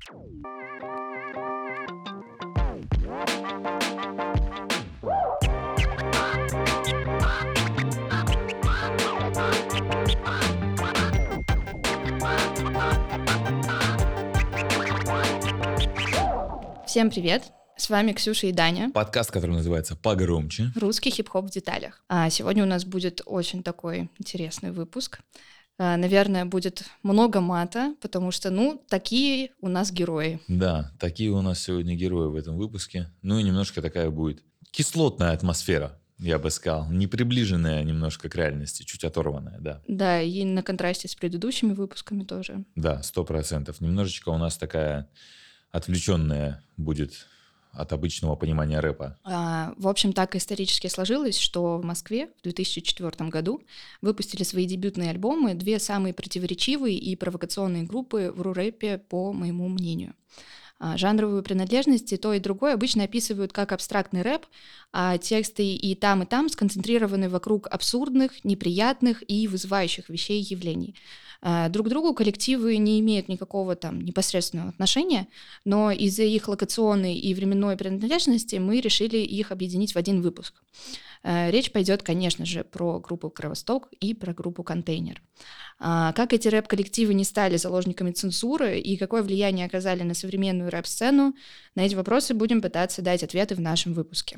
Всем привет! С вами Ксюша и Даня. Подкаст, который называется «Погромче». Русский хип-хоп в деталях. Сегодня у нас будет очень такой интересный выпуск. Наверное, будет много мата, потому что, такие у нас герои. Да, такие у нас сегодня герои в этом выпуске. Ну и немножко такая будет кислотная атмосфера, я бы сказал. Не приближенная немножко к реальности, чуть оторванная, да. Да, и на контрасте с предыдущими выпусками тоже. Да, 100%. Немножечко у нас такая отвлеченная будет от обычного понимания рэпа. В общем, так исторически сложилось, что в Москве в 2004 году выпустили свои дебютные альбомы две самые противоречивые и провокационные группы в ру-рэпе, по моему мнению. Жанровую принадлежность и то, и другое обычно описывают как абстрактный рэп, а тексты и там сконцентрированы вокруг абсурдных, неприятных и вызывающих вещей и явлений. Друг к другу коллективы не имеют никакого непосредственного отношения, но из-за их локационной и временной принадлежности мы решили их объединить в один выпуск. Речь пойдет, конечно же, про группу «Кровосток» и про группу «Контейнер». Как эти рэп-коллективы не стали заложниками цензуры и какое влияние оказали на современную рэп-сцену, на эти вопросы будем пытаться дать ответы в нашем выпуске.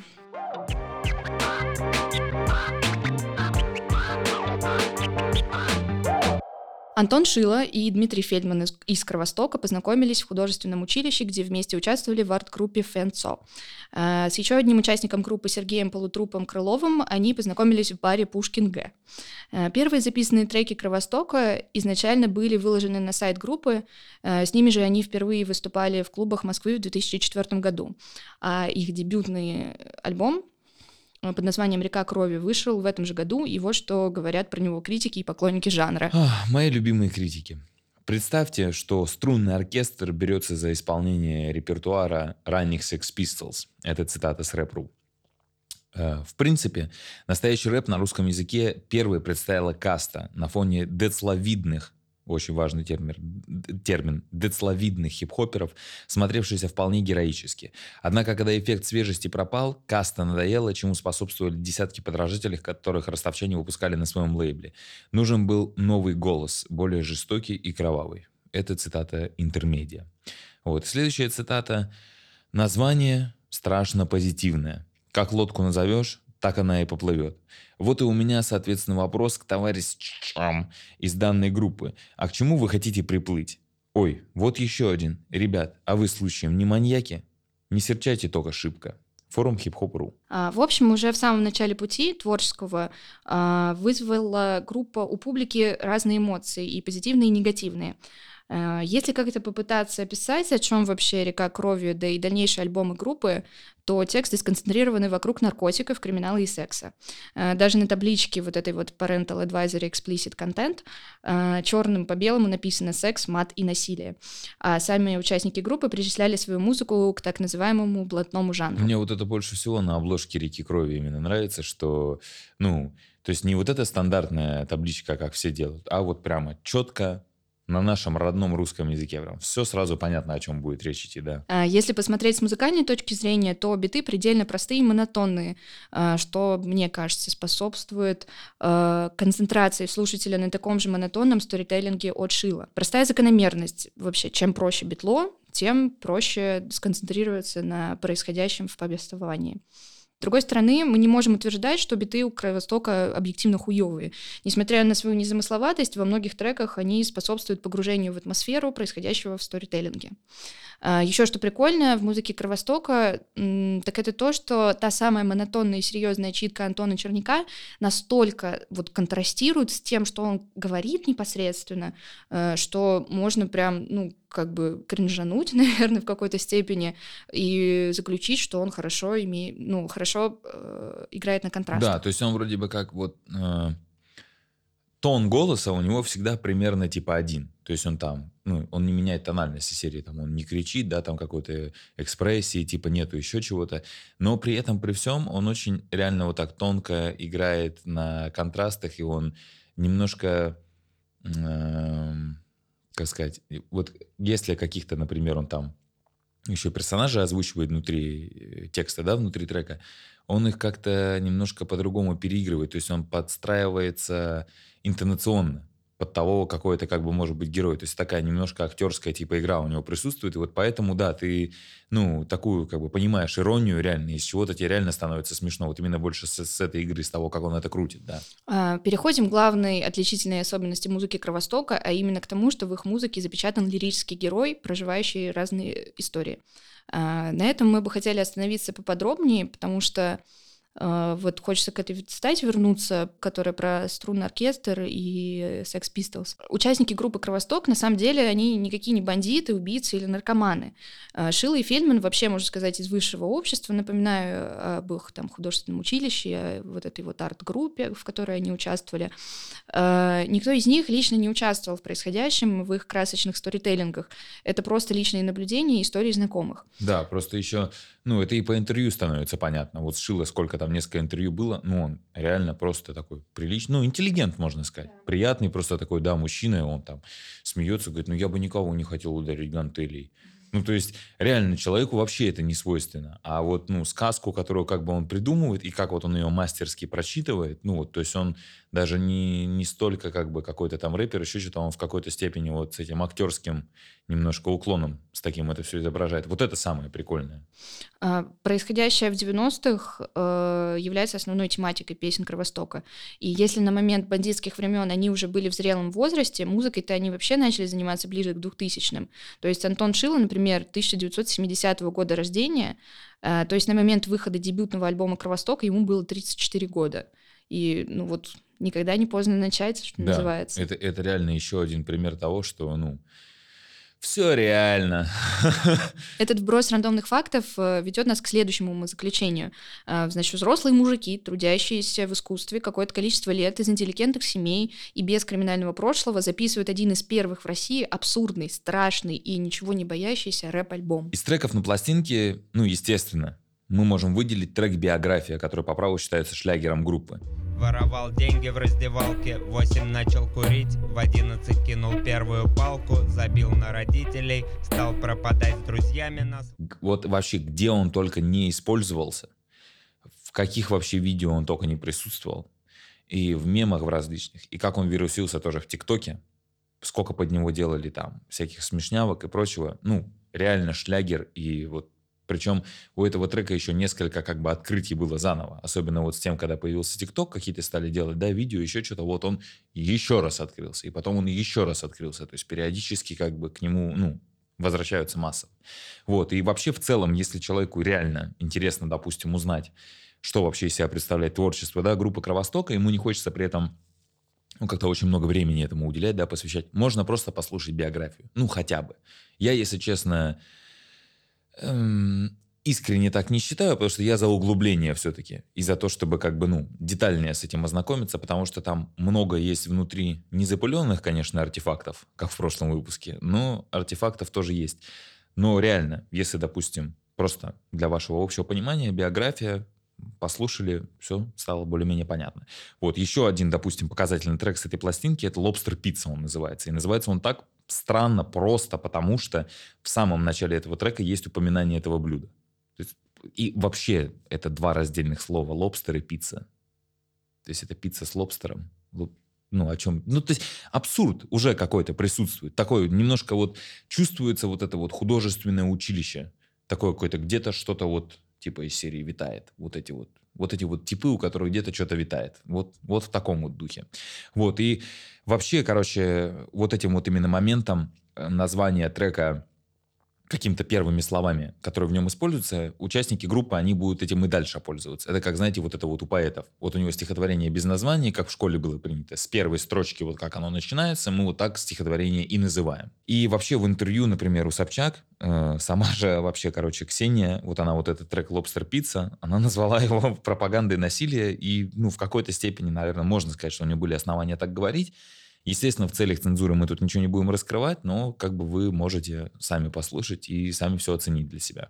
Антон Шило и Дмитрий Фельдман из «Кровостока» познакомились в художественном училище, где вместе участвовали в арт-группе «Фэнцо». С еще одним участником группы Сергеем Полутрупом Крыловым они познакомились в баре «Пушкин Г». Первые записанные треки «Кровостока» изначально были выложены на сайт группы, с ними же они впервые выступали в клубах Москвы в 2004 году. А их дебютный альбом под названием «Река крови» вышел в этом же году, и вот что говорят про него критики и поклонники жанра. Мои любимые критики. Представьте, что струнный оркестр берется за исполнение репертуара ранних Sex Pistols. Это цитата с Рэп.ру. В принципе, настоящий рэп на русском языке первой представила каста на фоне децловидных, очень важный термин, децловидных хип-хоперов, смотревшийся вполне героически. Однако, когда эффект свежести пропал, каста надоела, чему способствовали десятки подражателей, которых ростовчане выпускали на своем лейбле. Нужен был новый голос, более жестокий и кровавый. Это цитата интермедиа. Следующая цитата. Название страшно позитивное. Как лодку назовешь, так она и поплывет. Вот и у меня, соответственно, вопрос к товарищам из данной группы. А к чему вы хотите приплыть? Ой, вот еще один. Ребят, а вы случаем не маньяки? Не серчайте только шибко. Форум хип-хоп.ру. В общем, уже в самом начале пути творческого вызвала группа у публики разные эмоции, и позитивные, и негативные. Если как-то попытаться описать, о чем вообще «Река крови», да и дальнейшие альбомы группы, то тексты сконцентрированы вокруг наркотиков, криминала и секса. Даже на табличке этой Parental Advisory Explicit Content черным по белому написано «секс, мат и насилие». А сами участники группы причисляли свою музыку к так называемому блатному жанру. Мне это больше всего на обложке «Реки крови» именно нравится, что, то есть не эта стандартная табличка, как все делают, а прямо четко, на нашем родном русском языке. Прям все сразу понятно, о чем будет речь идти, да. Если посмотреть с музыкальной точки зрения, то биты предельно простые и монотонные, что, мне кажется, способствует концентрации слушателя на таком же монотонном сторителлинге от Шила. Простая закономерность вообще. Чем проще битло, тем проще сконцентрироваться на происходящем в повествовании. С другой стороны, мы не можем утверждать, что биты у «Кровостока» объективно хуёвые. Несмотря на свою незамысловатость, во многих треках они способствуют погружению в атмосферу происходящего в сторителлинге. Еще что прикольно в музыке «Кровостока», так это то, что та самая монотонная и серьезная читка Антона Черняка настолько контрастирует с тем, что он говорит непосредственно, что можно прям, кринжануть, наверное, в какой-то степени и заключить, что он хорошо играет на контраст. Да, то есть он вроде бы как тон голоса у него всегда примерно один. То есть он он не меняет тональности серии, он не кричит, какой-то экспрессии, нету еще чего-то. Но при этом, при всем, он очень реально так тонко играет на контрастах, и он немножко как сказать, вот если каких-то, например, он там еще персонажи озвучивает внутри текста, да, внутри трека, он их как-то немножко по-другому переигрывает, то есть он подстраивается интонационно под того, какой это как бы может быть герой. То есть такая немножко актерская типа игра у него присутствует, и вот поэтому, да, ты, ну, такую как бы понимаешь иронию реально, из чего-то тебе реально становится смешно, вот именно больше с этой игры, с того, как он это крутит, да. Переходим к главной отличительной особенности музыки Кровостока, а именно к тому, что в их музыке запечатан лирический герой, проживающий разные истории. На этом мы бы хотели остановиться поподробнее, потому что вот хочется к этой цитате вернуться, которая про струнный оркестр и Sex Pistols. Участники группы «Кровосток» на самом деле они никакие не бандиты, убийцы или наркоманы. Шилла и Фельдман вообще, можно сказать, из высшего общества. Напоминаю об их там художественном училище, о вот этой вот арт-группе, в которой они участвовали. Никто из них лично не участвовал в происходящем, в их красочных сторителлингах. Это просто личные наблюдения и истории знакомых. Да, просто еще, ну, это и по интервью становится понятно. Вот с Шиллой сколько там несколько интервью было, ну, он реально просто такой приличный, ну, интеллигент, можно сказать. Да. Приятный просто такой, да, мужчина, и он там смеется, говорит, ну, я бы никого не хотел ударить гантелей. Ну, то есть, реально, человеку вообще это не свойственно. А вот, ну, сказку, которую как бы он придумывает, и как вот он ее мастерски прочитывает, ну, вот, то есть он даже не столько как бы какой-то там рэпер, еще что-то, он в какой-то степени вот с этим актерским немножко уклоном с таким это все изображает. Вот это самое прикольное. Происходящее в 90-х является основной тематикой песен Кровостока. И если на момент бандитских времен они уже были в зрелом возрасте, музыкой-то они вообще начали заниматься ближе к 2000-м. То есть Антон Шилла, например, 1970 года рождения, то есть на момент выхода дебютного альбома Кровостока ему было 34 года. И, ну вот, никогда не поздно начать, что называется. Это реально еще один пример того, что, ну, все реально. Этот вброс рандомных фактов ведет нас к следующему умозаключению. Значит, взрослые мужики, трудящиеся в искусстве какое-то количество лет из интеллигентных семей и без криминального прошлого, записывают один из первых в России абсурдный, страшный и ничего не боящийся рэп-альбом. Из треков на пластинке, ну, естественно, мы можем выделить трек «Биография», который по праву считается шлягером группы. Воровал деньги в раздевалке, в 8 начал курить, в 11 кинул первую палку, забил на родителей, стал пропадать с друзьями нас. Вот вообще, где он только не использовался, в каких вообще видео он только не присутствовал, и в мемах в различных, и как он вирусился тоже в ТикТоке, сколько под него делали там всяких смешнявок и прочего, ну, реально шлягер, и вот причем у этого трека еще несколько как бы открытий было заново. Особенно вот с тем, когда появился ТикТок, какие-то стали делать, да, видео, еще что-то. Вот он еще раз открылся. И потом он еще раз открылся. То есть периодически как бы к нему, ну, возвращаются массово. Вот. И вообще в целом, если человеку реально интересно, допустим, узнать, что вообще из себя представляет творчество, да, группы Кровостока, ему не хочется при этом, ну, как-то очень много времени этому уделять, да, посвящать. Можно просто послушать биографию. Ну, хотя бы. Я, если честно... искренне так не считаю, потому что я за углубление все-таки. И за то, чтобы как бы, ну, детальнее с этим ознакомиться, потому что там много есть внутри незапыленных, конечно, артефактов, как в прошлом выпуске, но артефактов тоже есть. Но реально, если, допустим, просто для вашего общего понимания, биография, послушали, все стало более-менее понятно. Вот еще один, допустим, показательный трек с этой пластинки, это «Lobster Pizza» он называется. И называется он так странно, просто потому что в самом начале этого трека есть упоминание этого блюда. То есть, и вообще это два раздельных слова «лобстер» и «пицца». То есть это пицца с лобстером. Ну, о чем? Ну, то есть абсурд уже какой-то присутствует. Такой немножко вот чувствуется вот это вот художественное училище. Такое какое-то где-то что-то вот типа из серии витает. Вот эти вот типы, у которых где-то что-то витает. Вот в таком вот духе. Вот. И вообще, короче, вот этим вот именно моментом названия трека какими-то первыми словами, которые в нем используются, участники группы, они будут этим и дальше пользоваться. Это как, знаете, вот это вот у поэтов. Вот у него стихотворение без названия, как в школе было принято. С первой строчки, вот как оно начинается, мы вот так стихотворение и называем. И вообще в интервью, например, у Собчак, сама же вообще, короче, Ксения, вот она вот этот трек «Lobster Pizza», она назвала его пропагандой насилия, и, ну, в какой-то степени, наверное, можно сказать, что у нее были основания так говорить. Естественно, в целях цензуры мы тут ничего не будем раскрывать, но как бы вы можете сами послушать и сами все оценить для себя.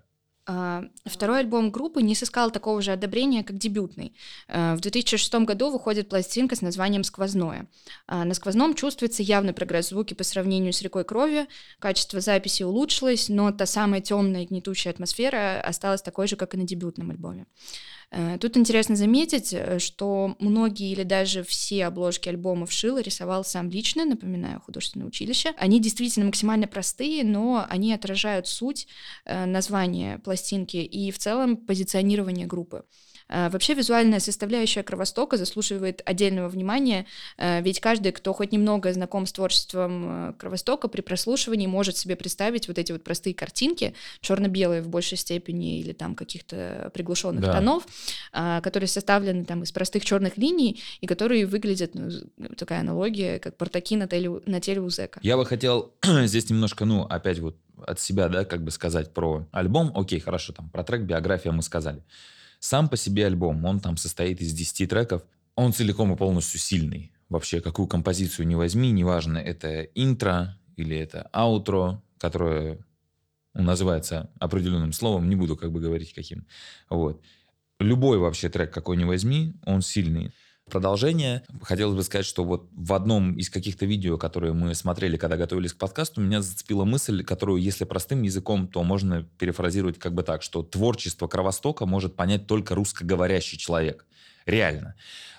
Второй альбом группы не сыскал такого же одобрения, как дебютный. В 2006 году выходит пластинка с названием «Сквозное». На «Сквозном» чувствуется явный прогресс звуки по сравнению с «Рекой крови», качество записи улучшилось, но та самая темная гнетущая атмосфера осталась такой же, как и на дебютном альбоме. Тут интересно заметить, что многие или даже все обложки альбомов Шило рисовал сам лично, напоминаю, художественное училище. Они действительно максимально простые, но они отражают суть названия пластинки и в целом позиционирование группы. Вообще визуальная составляющая Кровостока заслуживает отдельного внимания, ведь каждый, кто хоть немного знаком с творчеством Кровостока, при прослушивании может себе представить вот эти вот простые картинки, черно-белые в большей степени или там каких-то приглушенных тонов, которые составлены там из простых черных линий и которые выглядят, такая аналогия, как портаки на теле у зэка. Я бы хотел здесь немножко, опять вот от себя, да, как бы сказать про альбом. Окей, хорошо, там про трек «Биография» мы сказали. Сам по себе альбом, он там состоит из 10 треков. Он целиком и полностью сильный. Вообще, какую композицию не возьми, неважно, это интро или это аутро, которое называется определенным словом, не буду как бы говорить каким. Вот. Любой вообще трек, какой ни возьми, он сильный. Продолжение. Хотелось бы сказать, что вот в одном из каких-то видео, которые мы смотрели, когда готовились к подкасту, меня зацепила мысль, которую, если простым языком, то можно перефразировать как бы так, что творчество Кровостока может понять только русскоговорящий человек. Реально.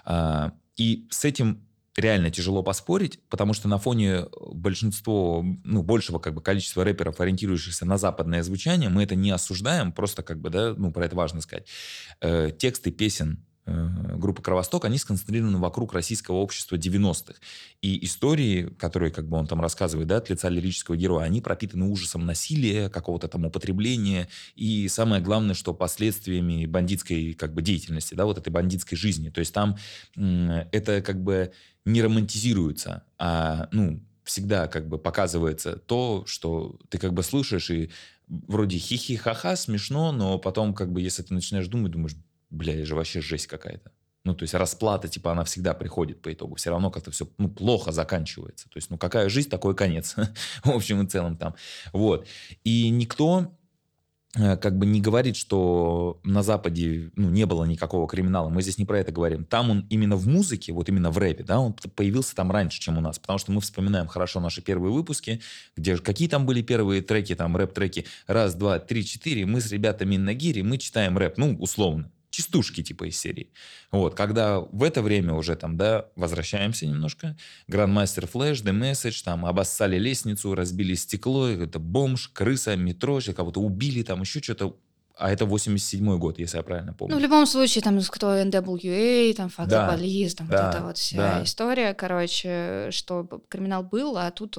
И с этим реально тяжело поспорить, потому что на фоне большего как бы количества рэперов, ориентирующихся на западное звучание, мы это не осуждаем, просто как бы, да, про это важно сказать. Тексты песен группы «Кровосток», они сконцентрированы вокруг российского общества 90-х. И истории, которые как бы он там рассказывает, да, от лица лирического героя, они пропитаны ужасом насилия, какого-то там употребления и, самое главное, что последствиями бандитской как бы деятельности, да, вот этой бандитской жизни. То есть там это как бы не романтизируется, а, всегда как бы показывается то, что ты как бы слышишь, и вроде хихи-ха-ха, смешно, но потом как бы, если ты начинаешь думаешь, бля, это же вообще жесть какая-то. То есть расплата, типа, она всегда приходит по итогу. Все равно как-то все, плохо заканчивается. То есть, какая жизнь, такой конец. В общем и целом там. Вот. И никто как бы не говорит, что на Западе не было никакого криминала. Мы здесь не про это говорим. Там он именно в музыке, вот именно в рэпе, да, он появился там раньше, чем у нас. Потому что мы вспоминаем хорошо наши первые выпуски, где какие там были первые треки, там рэп-треки. 1, 2, 3, 4. Мы с ребятами на гире, мы читаем рэп. Условно. Частушки типа из серии. Вот, когда в это время уже там, да, возвращаемся немножко, Grandmaster Flash, The Message, там, обоссали лестницу, разбили стекло, это бомж, крыса, метро, кого-то убили, там, еще что-то. А это 87-й год, если я правильно помню. В любом случае, там, кто NWA, там, Fuck the Police, там, вот эта вот вся история, короче, что криминал был, а тут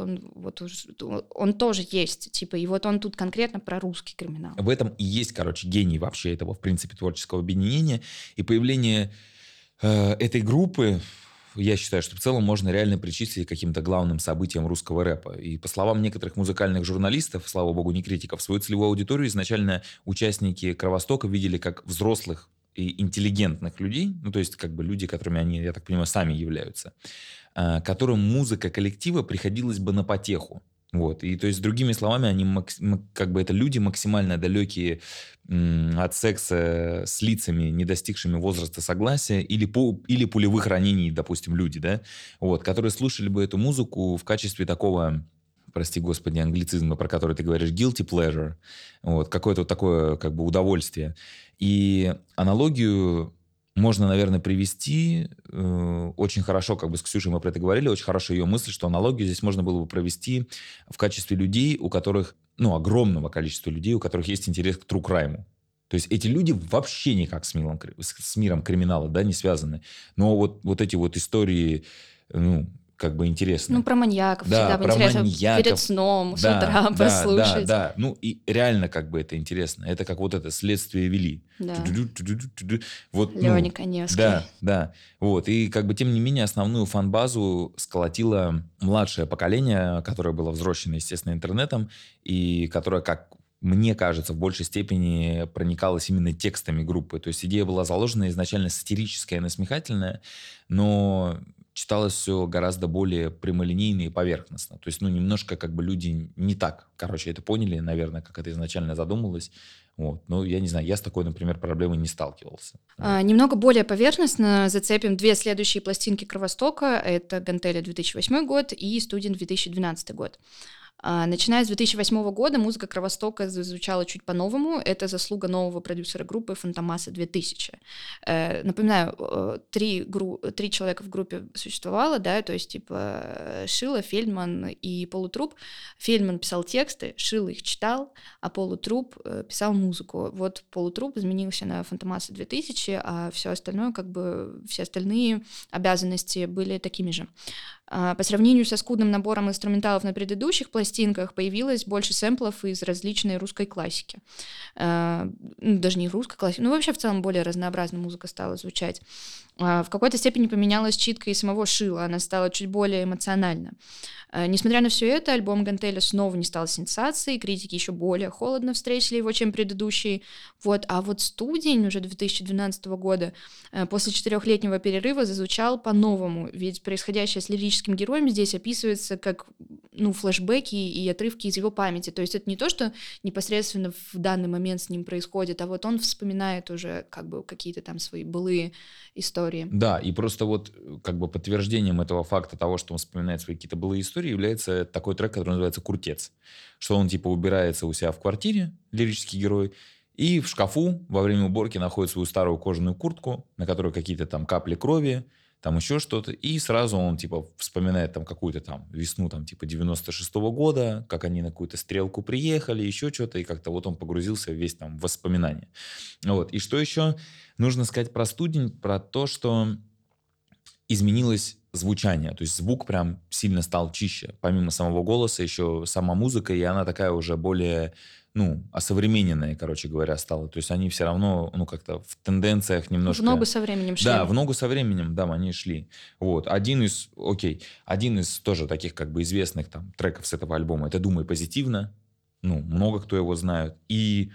он тоже есть, типа, и вот он тут конкретно про русский криминал. В этом и есть, короче, гений вообще этого, в принципе, творческого объединения, и появление этой группы, я считаю, что в целом можно реально причислить к каким-то главным событиям русского рэпа. И по словам некоторых музыкальных журналистов, слава богу, не критиков, свою целевую аудиторию изначально участники Кровостока видели как взрослых и интеллигентных людей, то есть как бы люди, которыми они, я так понимаю, сами являются, которым музыка коллектива приходилась бы на потеху. Вот. И то есть, другими словами, они как бы это люди максимально далекие от секса с лицами, не достигшими возраста согласия, или пулевых ранений, допустим, люди, да, вот, которые слушали бы эту музыку в качестве такого, прости господи, англицизма, про который ты говоришь, guilty pleasure, вот, какое-то такое как бы удовольствие. И аналогию можно, наверное, привести очень хорошо, как бы с Ксюшей мы про это говорили, очень хорошая ее мысль, что аналогию здесь можно было бы провести в качестве людей, у которых, огромного количества людей, у которых есть интерес к true crime. То есть эти люди вообще никак с миром криминала, да, не связаны. Но вот эти вот истории, как бы интересно. Про маньяков да, всегда интересно. Маньяков. Перед сном, с утра послушать. Да. И реально как бы это интересно. Это как вот это «Следствие вели». Да. Вот, Лёня Коневский. Да. Вот. И как бы тем не менее основную фан-базу сколотило младшее поколение, которое было взросшено, естественно, интернетом, и которое, как мне кажется, в большей степени проникалась именно текстами группы. То есть идея была заложена изначально сатирическая, насмехательная, но читалось все гораздо более прямолинейно и поверхностно. То есть, немножко как бы люди не так, это поняли, наверное, как это изначально задумывалось. Вот. Но я не знаю, я с такой, например, проблемой не сталкивался. Немного более поверхностно зацепим две следующие пластинки Кровостока. Это «Гантели» 2008 год и «Студент» 2012 год. Начиная с 2008 года музыка Кровостока звучала чуть по-новому. Это заслуга нового продюсера группы Фантомаса 2000. Напоминаю, три человека в группе существовало, да, то есть типа Шила, Фельдман и Полутруп. Фельдман писал тексты, Шила их читал, а Полутруп писал музыку. Вот Полутруп изменился на Фантомаса 2000, а все остальное, все остальные обязанности были такими же. По сравнению со скудным набором инструменталов на предыдущих пластинках появилось больше сэмплов из различной русской классики. Даже не русской классики, вообще в целом более разнообразная музыка стала звучать. В какой-то степени поменялась читка и самого Шила, она стала чуть более эмоциональна. Несмотря на все это, альбом «Гантеля» снова не стал сенсацией, критики еще более холодно встретили его, чем предыдущий. А вот «Студень» уже 2012 года после 4-летнего перерыва зазвучал по-новому, ведь происходящее с лирическим героем здесь описывается как флешбеки и отрывки из его памяти. То есть это не то, что непосредственно в данный момент с ним происходит, а вот он вспоминает уже какие-то там свои былые истории. Да, и просто подтверждением этого факта того, что он вспоминает свои какие-то былые истории, является такой трек, который называется «Куртец». Что он убирается у себя в квартире, лирический герой, и в шкафу во время уборки находит свою старую кожаную куртку, на которой какие-то там капли крови, там еще что-то, и сразу он вспоминает там какую-то там весну 96-го года, как они на какую-то стрелку приехали, еще что-то, и как-то он погрузился весь в воспоминания. И что еще нужно сказать про «Студень», про то, что изменилось звучание, то есть звук прям сильно стал чище. Помимо самого голоса еще сама музыка, и она такая уже более, осовремененная, стала. То есть они все равно, как-то в тенденциях немножко... В ногу со временем шли. Да, в ногу со временем, да, они шли. Один из тоже таких известных треков с этого альбома — это «Думай позитивно». Много кто его знает. И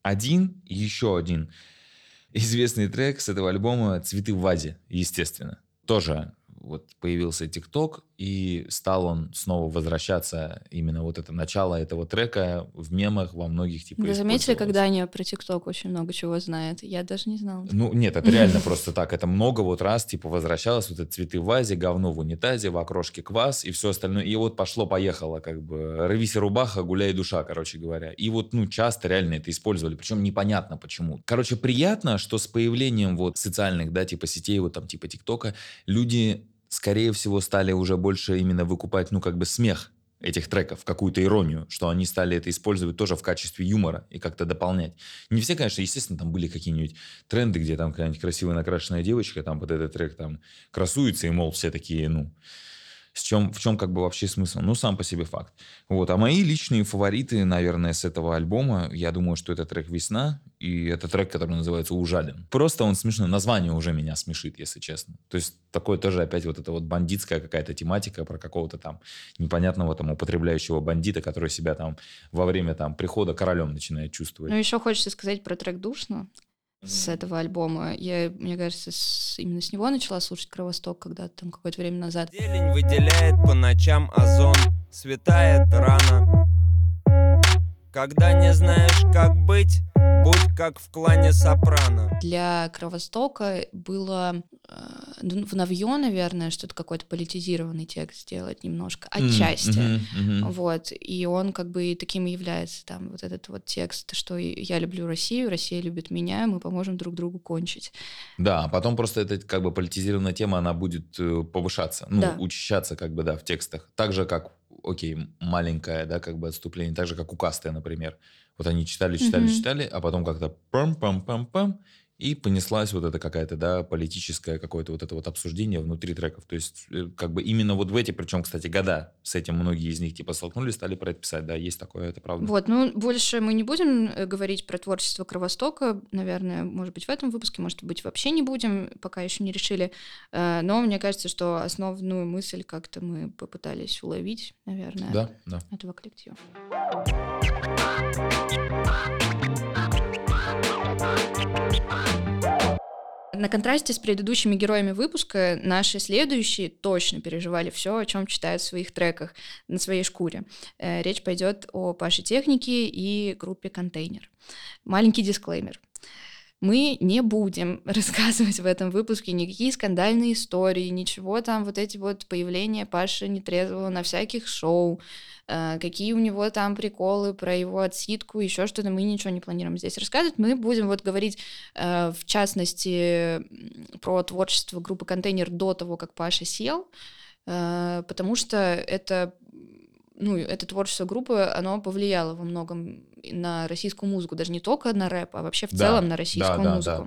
еще один известный трек с этого альбома — «Цветы в вазе», естественно. Тоже появился ТикТок, и стал он снова возвращаться, именно это начало этого трека в мемах во многих Вы заметили, когда они про ТикТок очень много чего знают? Я даже не знала. Нет, это реально просто так. Это много раз возвращалось, это «Цветы в вазе», говно в унитазе, в окрошке квас и все остальное. И пошло-поехало, рвись рубаха, гуляй душа, говоря. И часто реально это использовали, причем непонятно почему. Приятно, что с появлением социальных, сетей, ТикТока, люди, скорее всего, стали уже больше именно выкупать, смех этих треков, какую-то иронию, что они стали это использовать тоже в качестве юмора и как-то дополнять. Не все, конечно, естественно, там были какие-нибудь тренды, где там какая-нибудь красивая накрашенная девочка, под этот трек красуется, и, мол, все такие, в чем вообще смысл? Сам по себе факт. А мои личные фавориты, наверное, с этого альбома, я думаю, что это трек «Весна», и это трек, который называется «Ужален». Просто он смешной, название уже меня смешит, если честно. То есть такое тоже опять эта бандитская какая-то тематика про какого-то непонятного употребляющего бандита, который себя во время прихода королем начинает чувствовать. Еще хочется сказать про трек «Душно» с этого альбома. Я, мне кажется, именно с него начала слушать «Кровосток» когда-то какое-то время назад. Зелень выделяет по ночам озон, светает рано. Когда не знаешь, как быть, будь как в клане Сопрано. Для «Кровостока» было в новье, наверное, что-то какой-то политизированный текст сделать немножко, отчасти. И он и таким и является. Этот текст, что «Я люблю Россию, Россия любит меня, мы поможем друг другу кончить». Да, а потом просто эта политизированная тема, она будет повышаться, учащаться в текстах. Так же, как маленькое, отступление, так же, как у Касты, например. Они читали, а потом как-то пам-пам-пам-пам, и понеслась эта какая-то, политическое какое-то обсуждение внутри треков. То есть, именно в эти, причем, кстати, года с этим многие из них столкнулись, стали про это писать. Да, есть такое, это правда. Больше мы не будем говорить про творчество Кровостока, наверное, может быть, в этом выпуске, может быть, вообще не будем, пока еще не решили. Но мне кажется, что основную мысль как-то мы попытались уловить, наверное, этого коллектива. На контрасте с предыдущими героями выпуска наши следующие точно переживали все, о чем читают в своих треках на своей шкуре. Речь пойдет о Паше Технике и группе «Контейнер». Маленький дисклеймер. Мы не будем рассказывать в этом выпуске никакие скандальные истории, ничего там, вот эти вот появления Паши Нетрезвого на всяких шоу, какие у него там приколы про его отсидку, еще что-то, мы ничего не планируем здесь рассказывать. Мы будем вот говорить, в частности, про творчество группы «Контейнер» до того, как Паша сел, потому что это творчество группы, оно повлияло во многом на российскую музыку, даже не только на рэп, а вообще в целом на российскую музыку.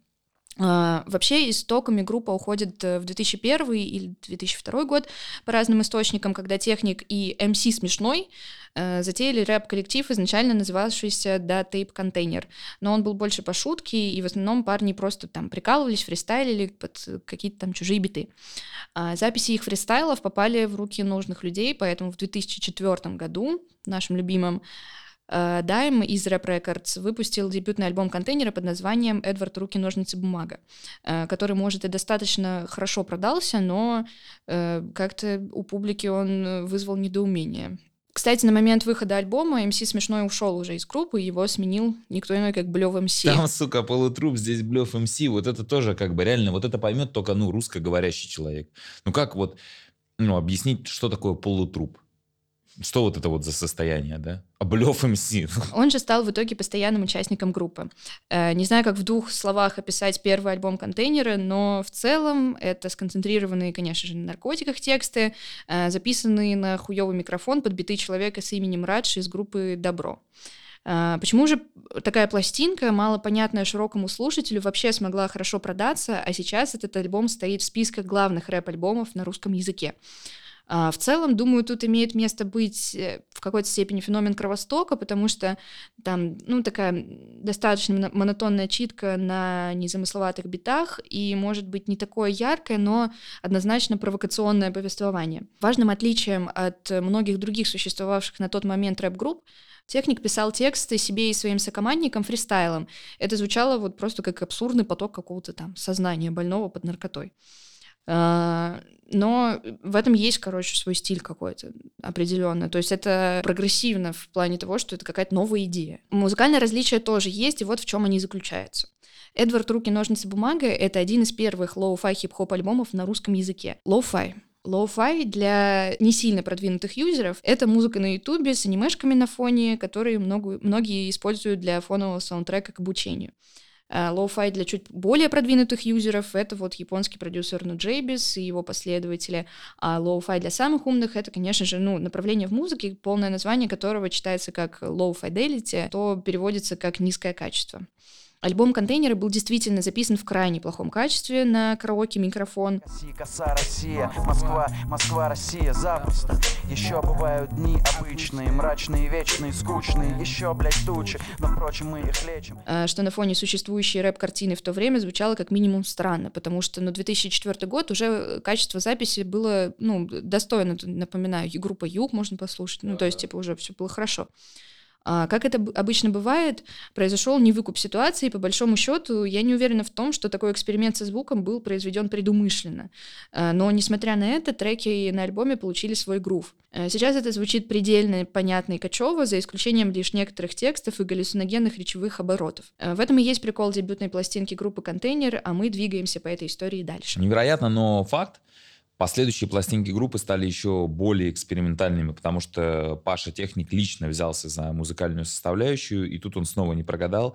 Вообще истоками группа уходит в 2001 или 2002 год по разным источникам, когда Техник и МС Смешной затеяли рэп-коллектив, изначально называвшийся «Да Tape Container». Но он был больше по шутке, и в основном парни просто там прикалывались, фристайлили под какие-то там чужие биты. Записи их фристайлов попали в руки нужных людей, поэтому в 2004 году, нашим любимым, Дайм из Rap Records выпустил дебютный альбом «Контейнера» под названием «Эдвард. Руки, ножницы, бумага», который, может, и достаточно хорошо продался, но как-то у публики он вызвал недоумение. Кстати, на момент выхода альбома МС Смешной ушел уже из группы, его сменил никто иной, как Блёв МС. Там, сука, полутруп, здесь Блёв МС, вот это тоже как бы реально, вот это поймет только, русскоговорящий человек. Как объяснить, что такое полутруп? Что вот это вот за состояние, да? Блёв МС. Он же стал в итоге постоянным участником группы. Не знаю, как в 2 словах описать первый альбом «Контейнера», но в целом это сконцентрированные, конечно же, на наркотиках тексты, записанные на хуёвый микрофон под биты человека с именем Радж из группы «Добро». Почему же такая пластинка, малопонятная широкому слушателю, вообще смогла хорошо продаться, а сейчас этот альбом стоит в списках главных рэп-альбомов на русском языке? В целом, думаю, тут имеет место быть в какой-то степени феномен Кровостока, потому что там, такая достаточно монотонная читка на незамысловатых битах и, может быть, не такое яркое, но однозначно провокационное повествование. Важным отличием от многих других существовавших на тот момент рэп-групп Техник писал тексты себе и своим сокомандникам фристайлом. Это звучало вот просто как абсурдный поток какого-то там сознания больного под наркотой. Но в этом есть, свой стиль какой-то определенно. То есть это прогрессивно в плане того, что это какая-то новая идея. Музыкальное различие тоже есть, и вот в чем они заключаются. «Эдвард. Руки, ножницы, бумага» — это один из первых лоу-фай хип-хоп альбомов на русском языке. Лоу-фай. Лоу-фай для не сильно продвинутых юзеров — это музыка на ютубе с анимешками на фоне, которые многие используют для фонового саундтрека к обучению. Лоу-фай для чуть более продвинутых юзеров — это вот японский продюсер Нуджейбис и его последователи. А лоу-фай для самых умных — это, конечно же, направление в музыке, полное название которого читается как low fidelity, то переводится как низкое качество. Альбом «Контейнеры» был действительно записан в крайне плохом качестве на караоке-микрофон. Россия, Москва, Россия, запросто. Еще бывают дни обычные, мрачные, вечные, скучные. Еще, тучи, но, впрочем, мы их лечим. Что на фоне существующей рэп-картины в то время звучало как минимум странно, потому что, 2004 год уже качество записи было, достойно, напоминаю, группа Юг можно послушать, то есть, уже все было хорошо. Как это обычно бывает, произошел невыкуп ситуации, и по большому счету я не уверена в том, что такой эксперимент со звуком был произведен предумышленно. Но, несмотря на это, треки на альбоме получили свой грув. Сейчас это звучит предельно понятно и качево, за исключением лишь некоторых текстов и галлюциногенных речевых оборотов. В этом и есть прикол дебютной пластинки группы «Контейнер», а мы двигаемся по этой истории дальше. Невероятно, но факт. Последующие пластинки группы стали еще более экспериментальными, потому что Паша Техник лично взялся за музыкальную составляющую, и тут он снова не прогадал.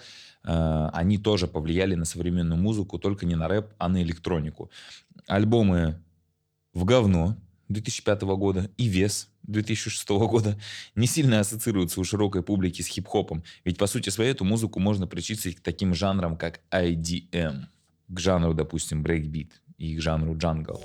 Они тоже повлияли на современную музыку, только не на рэп, а на электронику. Альбомы «В говно» 2005 года и «Вес» 2006 года не сильно ассоциируются у широкой публики с хип-хопом, ведь по сути своей эту музыку можно причислить к таким жанрам, как IDM, к жанру, допустим, брейкбит и к жанру джангл.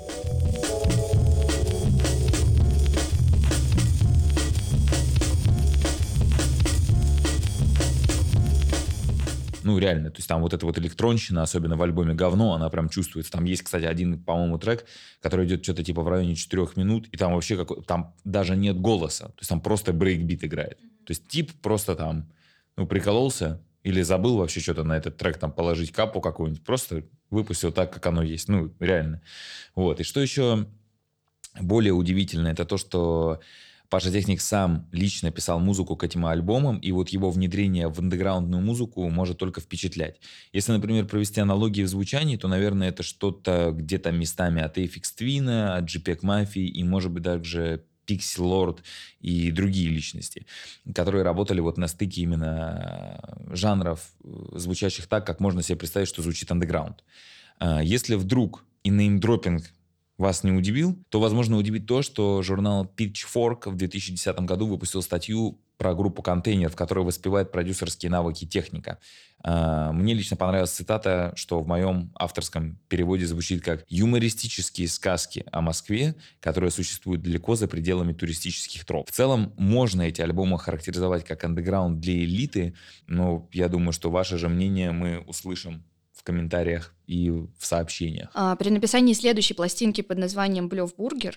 Реально, то есть там вот эта вот электронщина, особенно в альбоме «Говно», она прям чувствуется. Там есть, кстати, один, по-моему, трек, который идет что-то типа в районе 4 минут, и там вообще там даже нет голоса, то есть там просто брейкбит играет. То есть тип просто там, прикололся, или забыл вообще что-то на этот трек там положить капу какую-нибудь, просто выпустил так, как оно есть. Ну, реально. Вот. И что еще более удивительно, это то, что Паша Техник сам лично писал музыку к этим альбомам, и вот его внедрение в андеграундную музыку может только впечатлять. Если, например, провести аналогии в звучании, то, наверное, это что-то где-то местами от Aphex Twin, от JPEG Mafia и, может быть, также Pixie Lord и другие личности, которые работали вот на стыке именно жанров, звучащих так, как можно себе представить, что звучит андеграунд. Если вдруг и неймдропинг вас не удивил, то, возможно, удивит то, что журнал Pitchfork в 2010 году выпустил статью про группу «Контейнер», в которой воспевает продюсерские навыки техника. Мне лично понравилась цитата, что в моем авторском переводе звучит как «юмористические сказки о Москве, которые существуют далеко за пределами туристических троп». В целом, можно эти альбомы характеризовать как андеграунд для элиты, но я думаю, что ваше же мнение мы услышим в комментариях и в сообщениях. При написании следующей пластинки под названием Блёвбургер,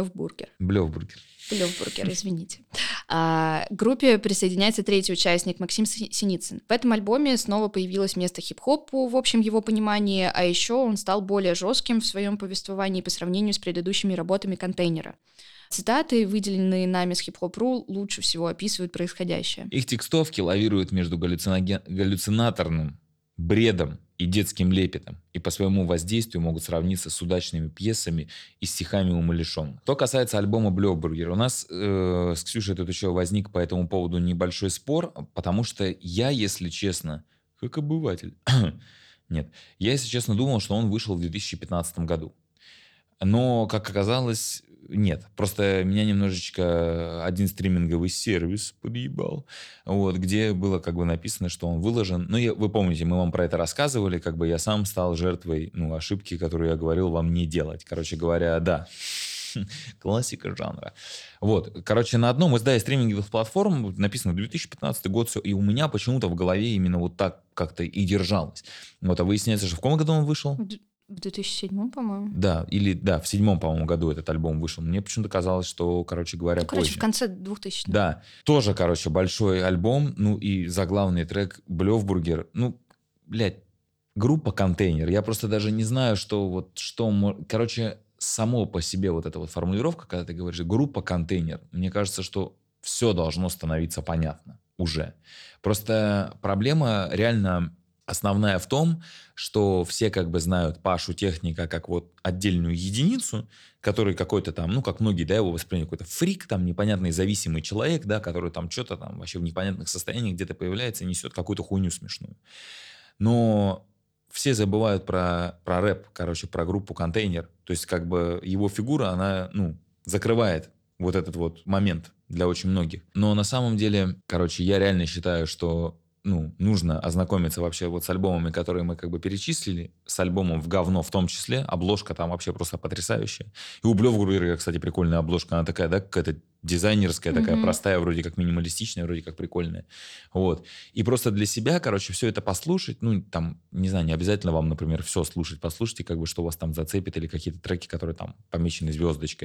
извините, к группе присоединяется третий участник Максим Синицын. В этом альбоме снова появилось место хип-хопу в общем его понимании, а еще он стал более жестким в своем повествовании по сравнению с предыдущими работами «Контейнера». Цитаты, выделенные нами с хип-хоп.ру, лучше всего описывают происходящее. Их текстовки лавируют между галлюцинаторным бредом и детским лепетом, и по своему воздействию могут сравниться с удачными пьесами и стихами умалишенных. Что касается альбома «Блёвбургер», у нас с Ксюшей тут еще возник по этому поводу небольшой спор, потому что я, если честно, как обыватель, я, если честно, думал, что он вышел в 2015 году. Но, как оказалось, нет. Просто меня немножечко один стриминговый сервис подъебал, вот, где было как бы написано, что он выложен. Ну, вы помните, мы вам про это рассказывали, как бы я сам стал жертвой ошибки, которую я говорил вам не делать. Короче говоря, да. Классика жанра. Вот. Короче, на одном из стриминговых платформ написано 2015 год, все, и у меня почему-то в голове именно вот так как-то и держалось. Вот, а выясняется, что в каком году он вышел? В 2007, по-моему. Да, в 2007, по-моему, году этот альбом вышел. Мне почему-то казалось, что, позже. в конце 2000-х. Да, тоже, большой альбом, и заглавный трек «Блёвбургер». Группа «Контейнер». Я просто даже не знаю, само по себе вот эта вот формулировка, когда ты говоришь «группа «Контейнер», мне кажется, что все должно становиться понятно уже. Просто проблема реально основная в том, что все как бы знают Пашу Техника как вот отдельную единицу, который какой-то там, как многие, его восприняли, какой-то фрик, там, непонятный зависимый человек, который там что-то там вообще в непонятных состояниях где-то появляется и несет какую-то хуйню смешную. Но все забывают про рэп, про группу «Контейнер». То есть как бы его фигура, она, закрывает вот этот вот момент для очень многих. Но на самом деле, я реально считаю, что нужно ознакомиться вообще вот с альбомами, которые мы как бы перечислили, с альбомом «В говно» в том числе. Обложка там вообще просто потрясающая. И у Блёвбургера, кстати, прикольная обложка. Она такая, какая-то дизайнерская, такая простая, вроде как минималистичная, вроде как прикольная. Вот. И просто для себя, все это послушать, не знаю, не обязательно вам, например, все слушать. Послушайте, что вас там зацепит, или какие-то треки, которые там помечены звездочкой,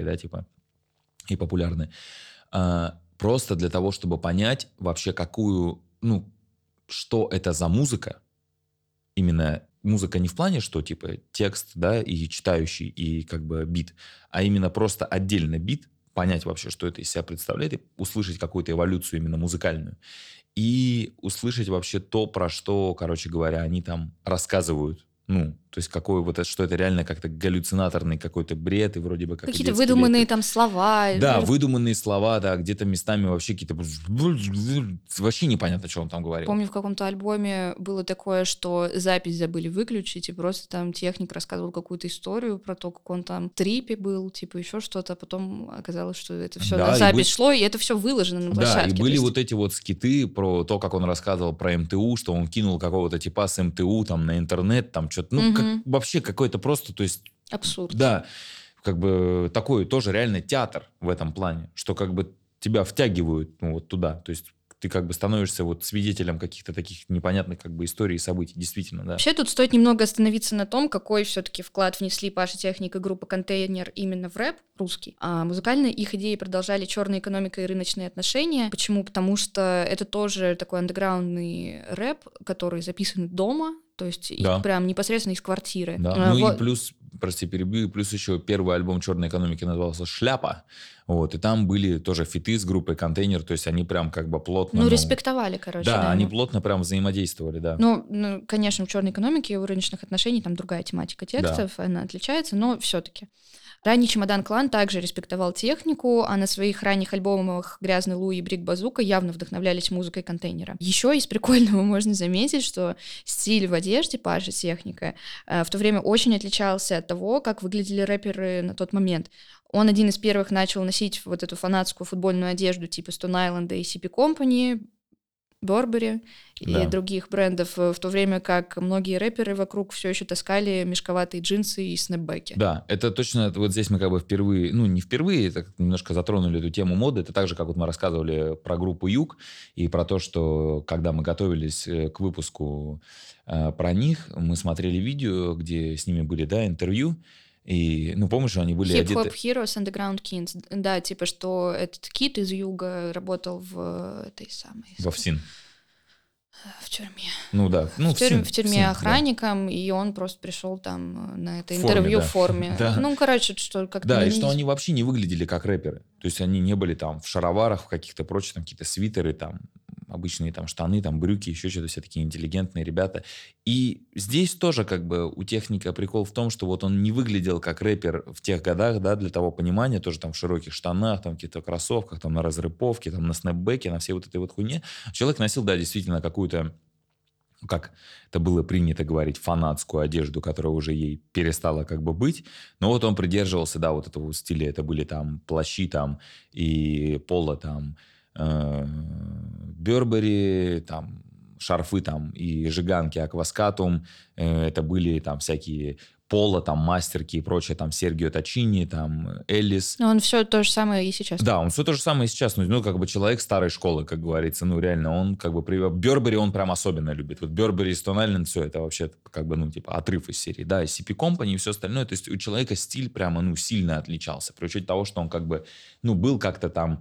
и популярны. Просто для того, чтобы понять вообще, какую, что это за музыка, именно музыка не в плане, что текст, и читающий, и как бы бит, а именно просто отдельно бит, понять вообще, что это из себя представляет, и услышать какую-то эволюцию именно музыкальную, и услышать вообще то, про что, они там рассказывают. То есть что это реально как-то галлюцинаторный какой-то бред, и вроде бы как какие-то выдуманные там слова. Да, выдуманные слова, где-то местами вообще какие-то... Вообще непонятно, что он там говорил. Помню, в каком-то альбоме было такое, что запись забыли выключить, и просто там техник рассказывал какую-то историю про то, как он там в трипе был, еще что-то, а потом оказалось, что это все на запись шло, и это все выложено на площадке. Да, и были вот эти вот скиты про то, как он рассказывал про МТУ, что он кинул какого-то типа с МТУ там на интернет, там что-то, вообще какой-то просто, то есть... Абсурд. Да, такой тоже реально театр в этом плане, что тебя втягивают вот туда, то есть ты как бы становишься вот свидетелем каких-то таких непонятных как бы историй и событий, действительно, да. Вообще тут стоит немного остановиться на том, какой все-таки вклад внесли Паша Техник и группа «Контейнер» именно в рэп русский. А музыкально их идеи продолжали черная экономика и рыночные отношения. Почему? Потому что это тоже такой андеграундный рэп, который записан дома, то есть Да. прям непосредственно из квартиры. Да. Ну Вот. и плюс, прости, перебью, плюс еще первый альбом черной экономики назывался «Шляпа». Вот, и там были тоже фиты с группой «Контейнер», то есть они прям как бы плотно... Ну, респектовали, короче. Да, они ну. плотно прям взаимодействовали, да. Ну, конечно, в черной экономике и у рыночных отношений там другая тематика текстов, она отличается, но все-таки. Ранний «Чемодан Клан» также респектовал технику, а на своих ранних альбомах «Грязный Луи» и «Брик Базука» явно вдохновлялись музыкой «Контейнера». Еще из прикольного можно заметить, что стиль в одежде Паши Техника в то время очень отличался от того, как выглядели рэперы на тот момент. Он один из первых начал носить вот эту фанатскую футбольную одежду типа Stone Island и CP Company, Burberry и других брендов, в то время как многие рэперы вокруг все еще таскали мешковатые джинсы и снэпбэки. Да, это точно, вот здесь мы как бы впервые, ну не впервые, так немножко затронули эту тему моды. Это так же, как вот мы рассказывали про группу Юг и про то, что когда мы готовились к выпуску про них, мы смотрели видео, где с ними были, да, интервью. И, ну, помнишь, что они были Hip-Hop одеты... Heroes, Underground Kings. Да, типа, что этот Кит из Юга работал в этой самой... Во ФСИН. В тюрьме. Ну да. Ну, в тюрьме охранником, да. И он просто пришел там на это интервью в форме. Да. Ну, короче, что как-то... Да, и что они вообще не выглядели как рэперы. То есть они не были там в шароварах, в каких-то прочих, там какие-то свитеры, там обычные там штаны, там брюки, еще что-то, все такие интеллигентные ребята. И здесь тоже как бы у техника прикол в том, что вот он не выглядел как рэпер в тех годах, да, для того понимания, тоже там в широких штанах, там каких-то кроссовках, там на разрыповке, там на снэпбэке, на всей вот этой вот хуйне. Человек носил, да, действительно какую-то, как это было принято говорить, фанатскую одежду, которая уже ей перестала как бы быть. Но вот он придерживался, да, вот этого стиля. Это были там плащи там и поло там, Burberry, там, шарфы там и жиганки Акваскатум, это были там всякие Поло, там, мастерки и прочее, там, Сергио Точини, там, Эллис. Но он все то же самое и сейчас. Да, он все то же самое и сейчас, ну, как бы человек старой школы, как говорится, ну, реально, он как бы... Burberry он прям особенно любит. Вот Burberry и Stone Island, все, это вообще как бы, ну, типа, отрыв из серии, да, и CP Company и все остальное, то есть у человека стиль прямо, ну, сильно отличался, при учете того, что он как бы, ну, был как-то там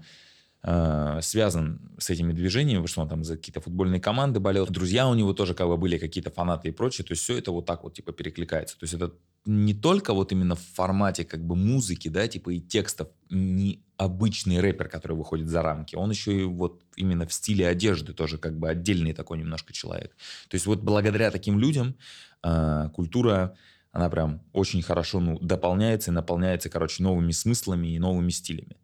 связан с этими движениями, потому что он там за какие-то футбольные команды болел. Друзья у него тоже как бы были какие-то фанаты и прочее. То есть все это вот так вот типа перекликается. То есть это не только вот именно в формате как бы музыки, да, типа и текстов, не обычный рэпер, который выходит за рамки. Он еще и вот именно в стиле одежды тоже как бы отдельный такой немножко человек. То есть вот благодаря таким людям культура, она прям очень хорошо, ну, дополняется и наполняется, короче, новыми смыслами и новыми стилями.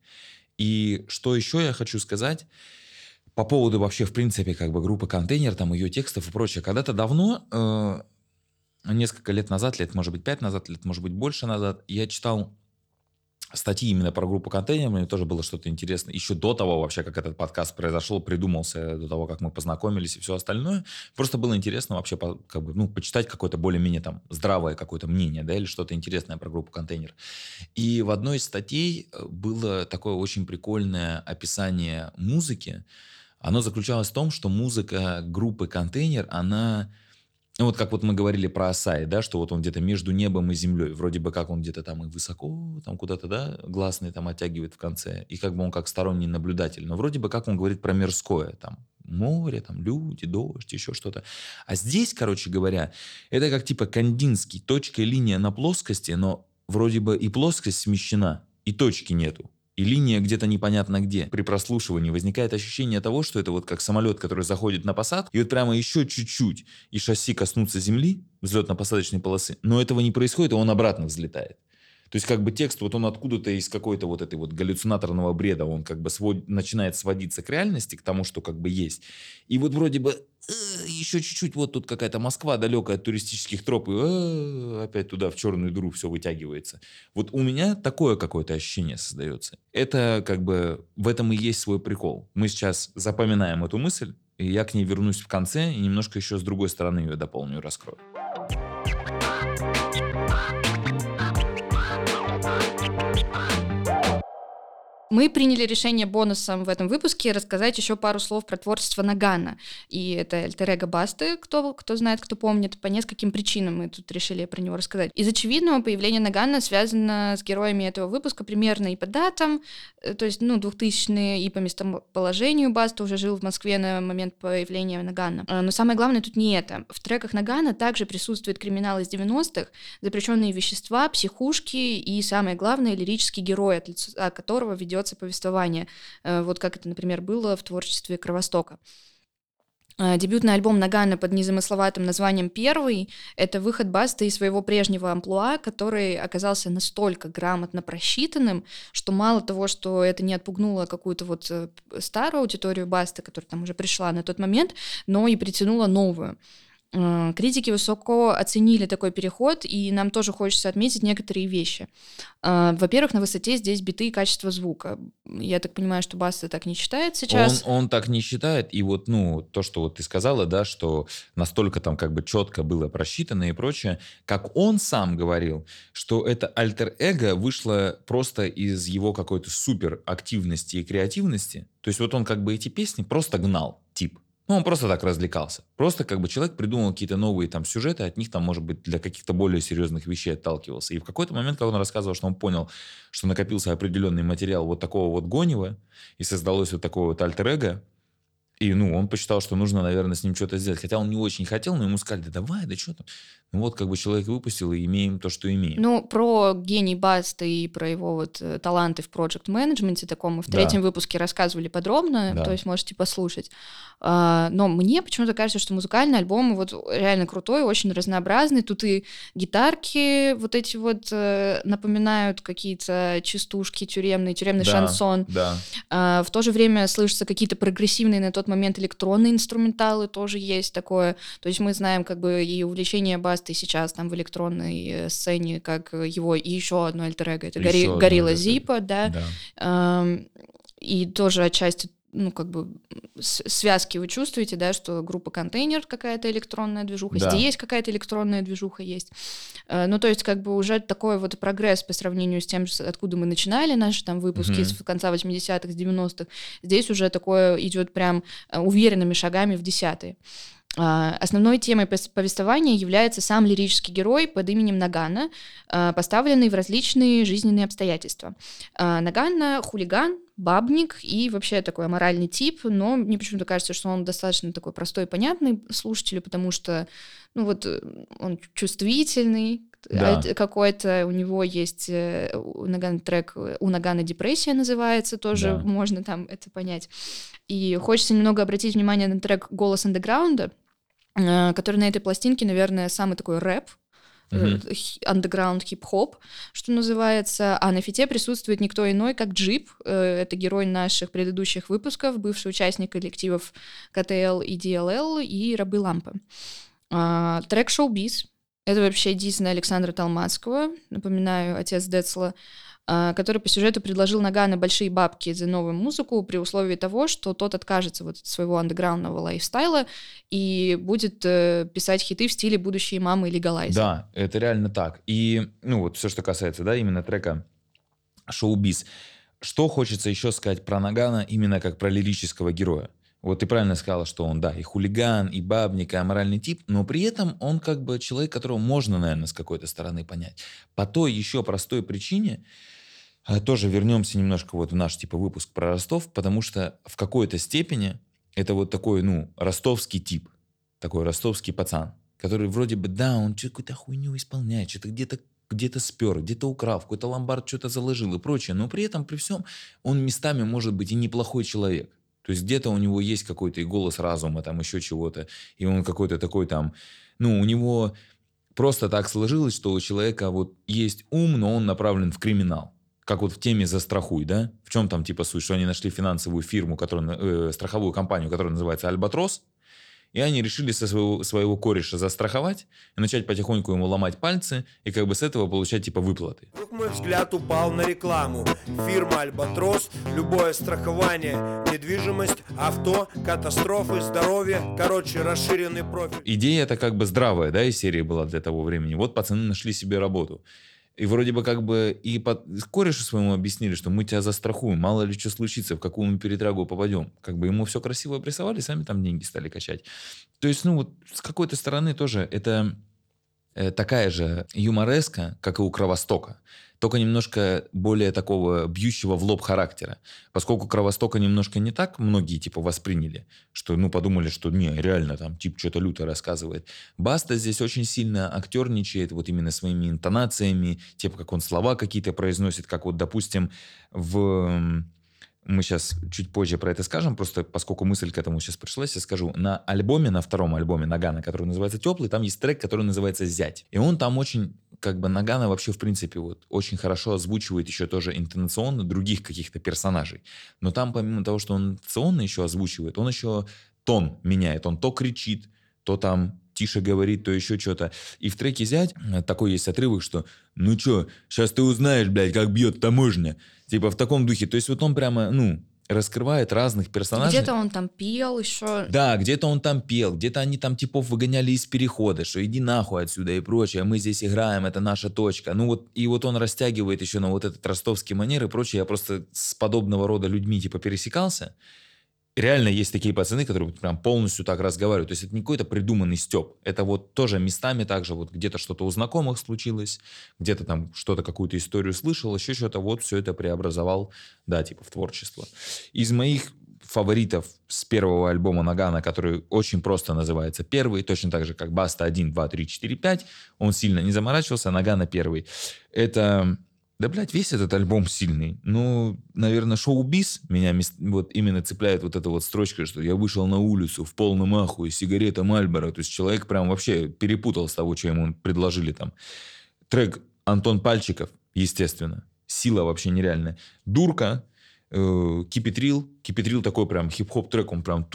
И что еще я хочу сказать по поводу вообще, в принципе, как бы группы «Контейнер», там, ее текстов и прочее. Когда-то давно, несколько лет назад, лет, может быть, 5 назад, лет, может быть, больше назад, я читал статьи именно про группу «Контейнер», мне тоже было что-то интересное. Еще до того вообще, как этот подкаст произошел, придумался, до того, как мы познакомились и все остальное. Просто было интересно вообще как бы, ну, почитать какое-то более-менее там здравое какое-то мнение, да, или что-то интересное про группу «Контейнер». И в одной из статей было такое очень прикольное описание музыки. Оно заключалось в том, что музыка группы «Контейнер», она... Ну, вот как вот мы говорили про Асаи, да, что вот он где-то между небом и землей. Вроде бы как он где-то там и высоко, там куда-то, да, гласные там оттягивает в конце. И как бы он как сторонний наблюдатель. Но вроде бы как он говорит про мирское. Там море, там люди, дождь, еще что-то. А здесь, короче говоря, это как типа Кандинский. Точка и линия на плоскости, но вроде бы и плоскость смещена, и точки нету. И линия где-то непонятно где. При прослушивании возникает ощущение того, что это вот как самолет, который заходит на посадку, и вот прямо еще чуть-чуть, и шасси коснутся земли, взлетно-посадочной полосы, но этого не происходит, и он обратно взлетает. То есть как бы текст, вот он откуда-то из какой-то вот этой вот галлюцинаторного бреда, он как бы начинает сводиться к реальности, к тому, что как бы есть. И вот вроде бы еще чуть-чуть, вот тут какая-то Москва далекая от туристических троп, и опять туда в черную дыру все вытягивается. Вот у меня такое какое-то ощущение создается. Это как бы, в этом и есть свой прикол. Мы сейчас запоминаем эту мысль, и я к ней вернусь в конце, и немножко еще с другой стороны ее дополню и раскрою. Мы приняли решение бонусом в этом выпуске рассказать еще пару слов про творчество Ноггано. И это альтер-эго Басты, кто знает, кто помнит, по нескольким причинам мы тут решили про него рассказать. Из очевидного, появление Ноггано связано с героями этого выпуска примерно и по датам, то есть, 2000-е, и по местоположению. Баста уже жил в Москве на момент появления Ноггано. Но самое главное тут не это. В треках Ноггано также присутствует криминал из 90-х, запрещенные вещества, психушки и, самое главное, лирический герой, от лица которого ведется повествование. Вот как это, например, было в творчестве Кровостока. Дебютный альбом Ноггано под незамысловатым названием «Первый» — это выход Басты из своего прежнего амплуа, который оказался настолько грамотно просчитанным, что мало того, что это не отпугнуло какую-то старую аудиторию Басты, которая там уже пришла на тот момент, но и притянуло новую. Критики высоко оценили такой переход, и нам тоже хочется отметить некоторые вещи. Во-первых, на высоте здесь биты и качество звука. Я так понимаю, что Баста так не считает сейчас. Он так не считает, и то, что ты сказала, да, что настолько там как бы четко было просчитано и прочее, как он сам говорил, что это альтер-эго вышло просто из его какой-то супер активности и креативности. То есть он как бы эти песни просто гнал, он просто так развлекался. Просто как бы человек придумал какие-то новые там сюжеты, от них там, может быть, для каких-то более серьезных вещей отталкивался. И в какой-то момент, когда он рассказывал, что он понял, что накопился определенный материал вот такого гонева, и создалось вот такое вот альтер-эго, и, он посчитал, что нужно, наверное, с ним что-то сделать. Хотя он не очень хотел, но ему сказали, да давай, да что там. Как бы человек выпустил, и имеем то, что имеем. Про гений Басты и про его таланты в проект-менеджменте таком мы в третьем выпуске рассказывали подробно, то есть можете послушать. Но мне почему-то кажется, что музыкальный альбом реально крутой, очень разнообразный. Тут и гитарки эти напоминают какие-то частушки тюремный шансон. Да. В то же время слышатся какие-то прогрессивные на тот момент электронные инструменталы, тоже есть такое. То есть мы знаем как бы и увлечение Басты сейчас там в электронной сцене, как его и еще одно альтер-эго, это Горилла Зиппо, да. И тоже отчасти связки вы чувствуете, да, что группа «Контейнер» какая-то электронная движуха, здесь какая-то электронная движуха есть. То есть как бы уже такой прогресс по сравнению с тем, откуда мы начинали наши там выпуски с конца 80-х, с 90-х. Здесь уже такое идет прям уверенными шагами в десятые. Основной темой повествования является сам лирический герой под именем Ноггано, поставленный в различные жизненные обстоятельства. Ноггано — хулиган, бабник и вообще такой аморальный тип, но мне почему-то кажется, что он достаточно такой простой и понятный слушателю, потому что он чувствительный, какой-то, у него есть трек «У Ноггано депрессия» называется, тоже можно там это понять. И хочется немного обратить внимание на трек «Голос андеграунда», который на этой пластинке, наверное, самый такой рэп, underground хип-хоп, что называется, а на фите присутствует никто иной, как Джип, это герой наших предыдущих выпусков, бывший участник коллективов КТЛ и ДЛЛ и Рабы Лампы. Трек «Шоу-биз» — это вообще дис на Александра Толмацкого, напоминаю, отец Децла, который по сюжету предложил Ноггано большие бабки за новую музыку при условии того, что тот откажется от своего андеграундного лайфстайла и будет писать хиты в стиле «Будущие мамы» или «Лигалайз». Да, это реально так. И все, что касается, именно трека «Шоу-биз». Что хочется еще сказать про Ноггано именно как про лирического героя? Ты правильно сказала, что он, и хулиган, и бабник, и аморальный тип, но при этом он как бы человек, которого можно, наверное, с какой-то стороны понять. По той еще простой причине, тоже вернемся немножко в наш выпуск про Ростов, потому что в какой-то степени это такой, ростовский тип, такой ростовский пацан, который вроде бы, он какую-то хуйню исполняет, что-то где-то спер, где-то украл, в какой-то ломбард что-то заложил и прочее, но при этом, при всем, он местами может быть и неплохой человек. То есть где-то у него есть какой-то и голос разума, там еще чего-то, и он какой-то такой там, у него просто так сложилось, что у человека есть ум, но он направлен в криминал. Как в теме «Застрахуй», да? В чем там суть? Что они нашли финансовую фирму, страховую компанию, которая называется «Альбатрос», и они решили своего кореша застраховать и начать потихоньку ему ломать пальцы и как бы с этого получать выплаты. Вдруг мой взгляд упал на рекламу. Фирма «Альбатрос», любое страхование, недвижимость, авто, катастрофы, здоровье, расширенный профиль. Идея-то как бы здравая, из серии была для того времени. Пацаны нашли себе работу. И вроде бы как бы и корешу своему объяснили, что мы тебя застрахуем, мало ли что случится, в какую мы передрягу попадем. Как бы ему все красиво обрисовали, сами там деньги стали качать. То есть, ну вот с какой-то стороны тоже это такая же юмореска, как и у Кровостока. Только немножко более такого бьющего в лоб характера. Поскольку Кровостока немножко не так многие типа восприняли, что ну подумали, что не, реально там тип что-то люто рассказывает. Баста здесь очень сильно актерничает вот именно своими интонациями, типа как он слова какие-то произносит, как вот, допустим, мы сейчас чуть позже про это скажем, просто поскольку мысль к этому сейчас пришлась, я скажу. На альбоме, на втором альбоме Ноггано, который называется «Теплый», там есть трек, который называется «Зять». И он там очень, как бы Ноггано вообще, в принципе, вот очень хорошо озвучивает еще тоже интонационно других каких-то персонажей. Но там, помимо того, что он интонационно еще озвучивает, он еще тон меняет. Он то кричит, то там тише говорит, то еще что-то. И в треке «Зять» такой есть отрывок, что «Ну что, сейчас ты узнаешь, блядь, как бьет таможня». Типа в таком духе. То есть вот он прямо, ну, раскрывает разных персонажей. Где-то он там пел еще. Да, где-то он там пел, где-то они там типов выгоняли из перехода, что иди нахуй отсюда и прочее, мы здесь играем, это наша точка. Ну вот, и вот он растягивает еще на вот этот ростовский манер и прочее. Я просто с подобного рода людьми типа пересекался. Реально есть такие пацаны, которые прям полностью так разговаривают. То есть это не какой-то придуманный стёб. Это вот тоже местами также вот где-то что-то у знакомых случилось, где-то там что-то, какую-то историю слышал, еще что-то, вот все это преобразовал, да, типа в творчество. Из моих фаворитов с первого альбома Ноггано, который очень просто называется «Первый», точно так же, как Баста 1, 2, 3, 4, 5, он сильно не заморачивался, Ноггано первый. Это... Да, блядь, весь этот альбом сильный. Ну, наверное, «Шоу-биз» меня вот именно цепляет вот эта вот строчка, что я вышел на улицу в полном ахуе, сигарета Мальборо. То есть человек прям вообще перепутал с того, что ему предложили там. Трек Антон Пальчиков, естественно. Сила вообще нереальная. «Дурка», «Кипетрил». «Кипетрил» такой прям хип-хоп трек, он прям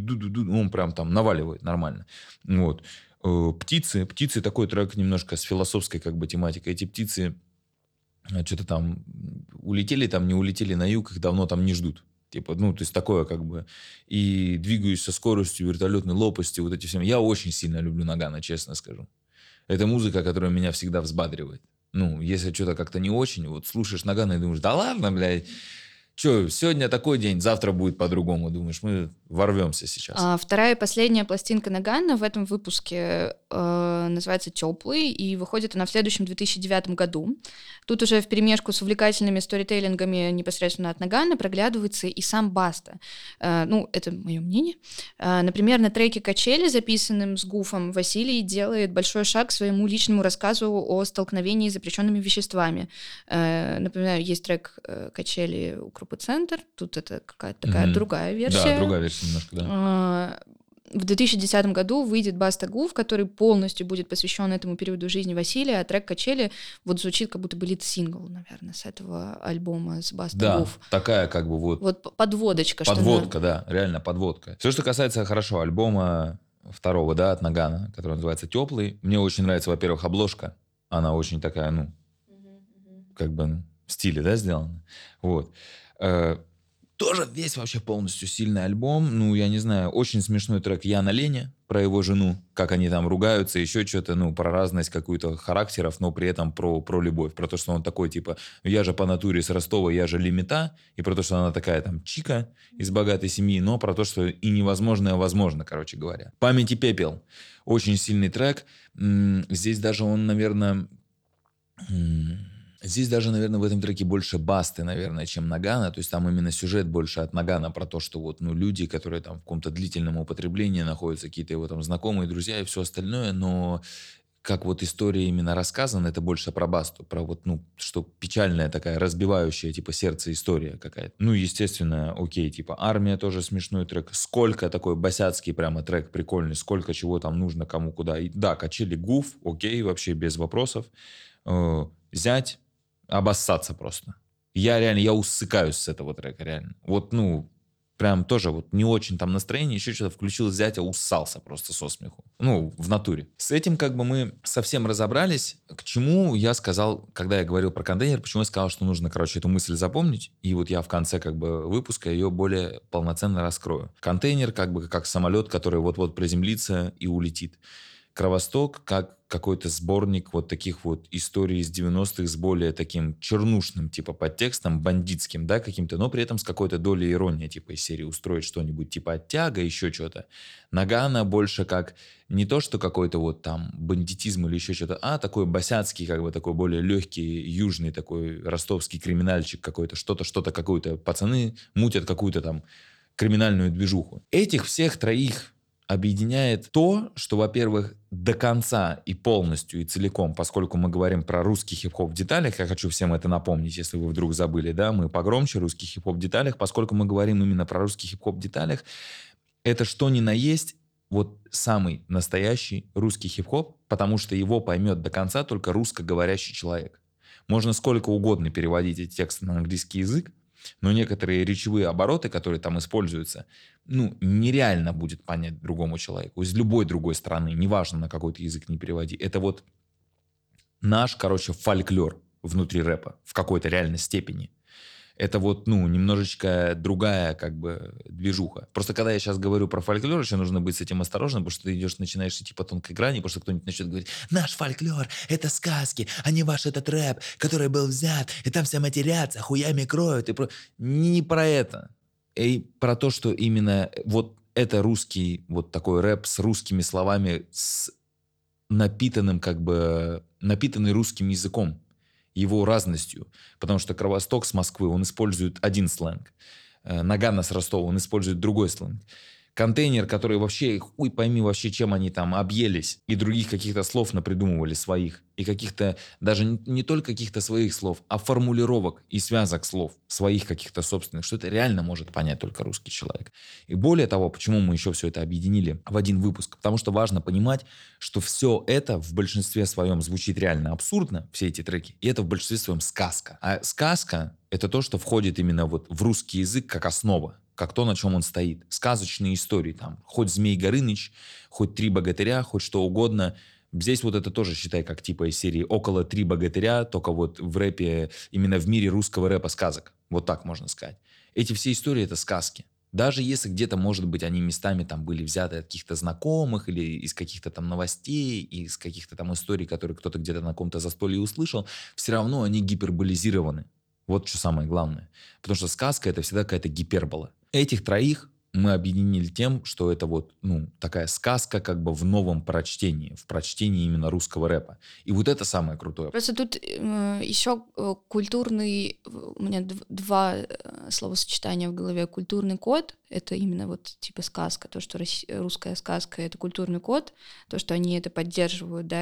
он прям там наваливает нормально. Вот. «Птицы». «Птицы» такой трек немножко с философской как бы тематикой. Эти птицы что-то там улетели, там не улетели на юг, их давно там не ждут. Типа, ну, то есть такое как бы. И двигаюсь со скоростью вертолетной лопасти, вот эти все. Я очень сильно люблю Ноггано, честно скажу. Это музыка, которая меня всегда взбадривает. Ну, если что-то как-то не очень, вот слушаешь Ноггано и думаешь, да ладно, блядь, что, сегодня такой день, завтра будет по-другому. Думаешь, мы ворвемся сейчас. Вторая и последняя пластинка Ноггано в этом выпуске называется «Теплый», и выходит она в следующем 2009 году. Тут уже вперемешку с увлекательными сторителлингами непосредственно от Ноггано проглядывается и сам Баста. Ну, это мое мнение. Например, на треке «Качели», записанном с Гуфом, Василий делает большой шаг к своему личному рассказу о столкновении с запрещенными веществами. Напоминаю, есть трек «Качели» у группы «Центр». Тут это какая-то такая другая версия. Да, другая версия немножко, да. В 2010 году выйдет «Баста Гуф», который полностью будет посвящен этому периоду жизни Василия, а трек «Качели» вот звучит как будто бы лид-сингл, наверное, с этого альбома с «Баста Гуф». Да, такая как бы вот... Вот подводочка. Подводка, да, реально подводка. Все, что касается, хорошо, альбома второго, да, от Ноггано, который называется «Теплый», мне очень нравится, во-первых, обложка. Она очень такая, ну, как бы, ну, в стиле, да, сделана. Вот. Тоже весь вообще полностью сильный альбом. Ну, я не знаю, очень смешной трек «Я на Лене», про его жену, как они там ругаются, еще что-то, ну, про разность какую-то характеров, но при этом про любовь. Про то, что он такой, типа, я же по натуре с Ростова, я же лимита. И про то, что она такая там чика из богатой семьи, но про то, что и невозможное возможно, короче говоря. «Память и пепел». Очень сильный трек. Здесь даже он, наверное... Здесь даже, наверное, в этом треке больше Басты, наверное, чем Ноггано. То есть там именно сюжет больше от Ноггано про то, что вот, ну, люди, которые там в каком-то длительном употреблении находятся, какие-то его там знакомые, друзья и все остальное, но как вот история именно рассказана, это больше про Басту, про вот, ну, что печальная такая, разбивающая, типа, сердце история какая-то. Ну, естественно, окей, типа, «Армия» тоже смешной трек. «Сколько» такой босяцкий прямо трек прикольный, сколько чего там нужно, кому, куда. И, да, «Качели», «Гуф», окей, вообще без вопросов. «Зять», обоссаться просто. Я усыкаюсь с этого трека, реально. Вот, ну, прям тоже вот не очень там настроение, еще что-то включил зятя, уссался просто со смеху. Ну, в натуре. С этим как бы мы совсем разобрались. К чему я сказал, когда я говорил про контейнер, почему я сказал, что нужно, короче, эту мысль запомнить, и вот я в конце как бы выпуска ее более полноценно раскрою. Контейнер как бы как самолет, который вот-вот приземлится и улетит. Кровосток как какой-то сборник вот таких вот историй из 90-х с более таким чернушным типа подтекстом, бандитским, да, каким-то, но при этом с какой-то долей иронии, типа из серии устроить что-нибудь типа оттяга, еще что-то. Нагана больше как не то, что какой-то вот там бандитизм или еще что-то, а такой босяцкий, как бы такой более легкий, южный такой ростовский криминальчик какой-то, что-то какой-то. Пацаны мутят какую-то там криминальную движуху. Этих всех троих объединяет то, что, во-первых, до конца и полностью, и целиком, поскольку мы говорим про русский хип-хоп в деталях, я хочу всем это напомнить, если вы вдруг забыли, да, мы погромче, русский хип-хоп в деталях, поскольку мы говорим именно про русский хип-хоп в деталях, это что ни на есть вот самый настоящий русский хип-хоп, потому что его поймет до конца только русскоговорящий человек. Можно сколько угодно переводить эти тексты на английский язык, но некоторые речевые обороты, которые там используются, нереально будет понять другому человеку из любой другой страны, неважно, на какой ты язык не переводи. Это вот наш, фольклор внутри рэпа в какой-то реальной степени. Это вот, немножечко другая, движуха. Просто когда я сейчас говорю про фольклор, еще нужно быть с этим осторожным, потому что ты начинаешь идти по тонкой грани, потому что кто-нибудь начнет говорить: наш фольклор — это сказки, а не ваш этот рэп, который был взят, и там все матерятся, хуями кроют. Не про это. И про то, что именно вот это русский вот такой рэп с русскими словами, с напитанный русским языком, его разностью, потому что Кровосток с Москвы, он использует один сленг, Нагана с Ростова, он использует другой сленг. Контейнер, который вообще, хуй пойми вообще, чем они там объелись, и других каких-то слов напридумывали своих, и каких-то, даже не только каких-то своих слов, а формулировок и связок слов, своих каких-то собственных, что это реально может понять только русский человек. И более того, почему мы еще все это объединили в один выпуск? Потому что важно понимать, что все это в большинстве своем звучит реально абсурдно, все эти треки, и это в большинстве своем сказка. А сказка — это то, что входит именно вот в русский язык как основа, как то, на чем он стоит. Сказочные истории там. Хоть Змей Горыныч, хоть Три богатыря, хоть что угодно. Здесь вот это тоже, считай, как типа из серии около Три богатыря, только вот в рэпе, именно в мире русского рэпа сказок. Вот так можно сказать. Эти все истории — это сказки. Даже если где-то, может быть, они местами там были взяты от каких-то знакомых или из каких-то там новостей, из каких-то там историй, которые кто-то где-то на каком-то застолье услышал, все равно они гиперболизированы. Вот что самое главное. Потому что сказка — это всегда какая-то гипербола. Этих троих мы объединили тем, что это вот, такая сказка как бы в новом прочтении, в прочтении именно русского рэпа. И вот это самое крутое. Просто тут еще культурный, у меня два словосочетания в голове. Культурный код — это именно вот типа сказка, то, что русская сказка — это культурный код, то, что они это поддерживают, да,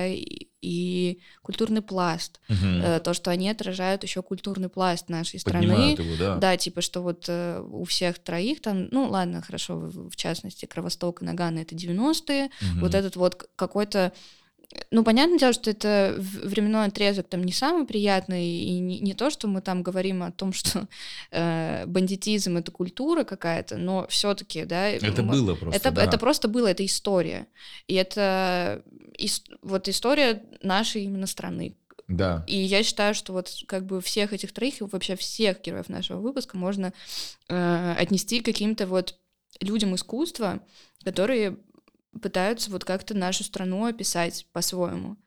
и культурный пласт, то, что они отражают еще культурный пласт нашей страны. Поднимают его, да. Да, типа, что вот у всех троих там, ладно, хорошо, в частности, Кровосток и Нагана — это 90-е, вот этот вот какой-то... понятное дело, что это временной отрезок там не самый приятный, и не то, что мы там говорим о том, что бандитизм — это культура какая-то, но все-таки, да... Это было просто, это просто было, это история. И это вот история нашей именно страны. Да. И я считаю, что вот как бы всех этих троих, и вообще всех героев нашего выпуска можно отнести к каким-то вот людям искусства, которые пытаются вот как-то нашу страну описать по-своему.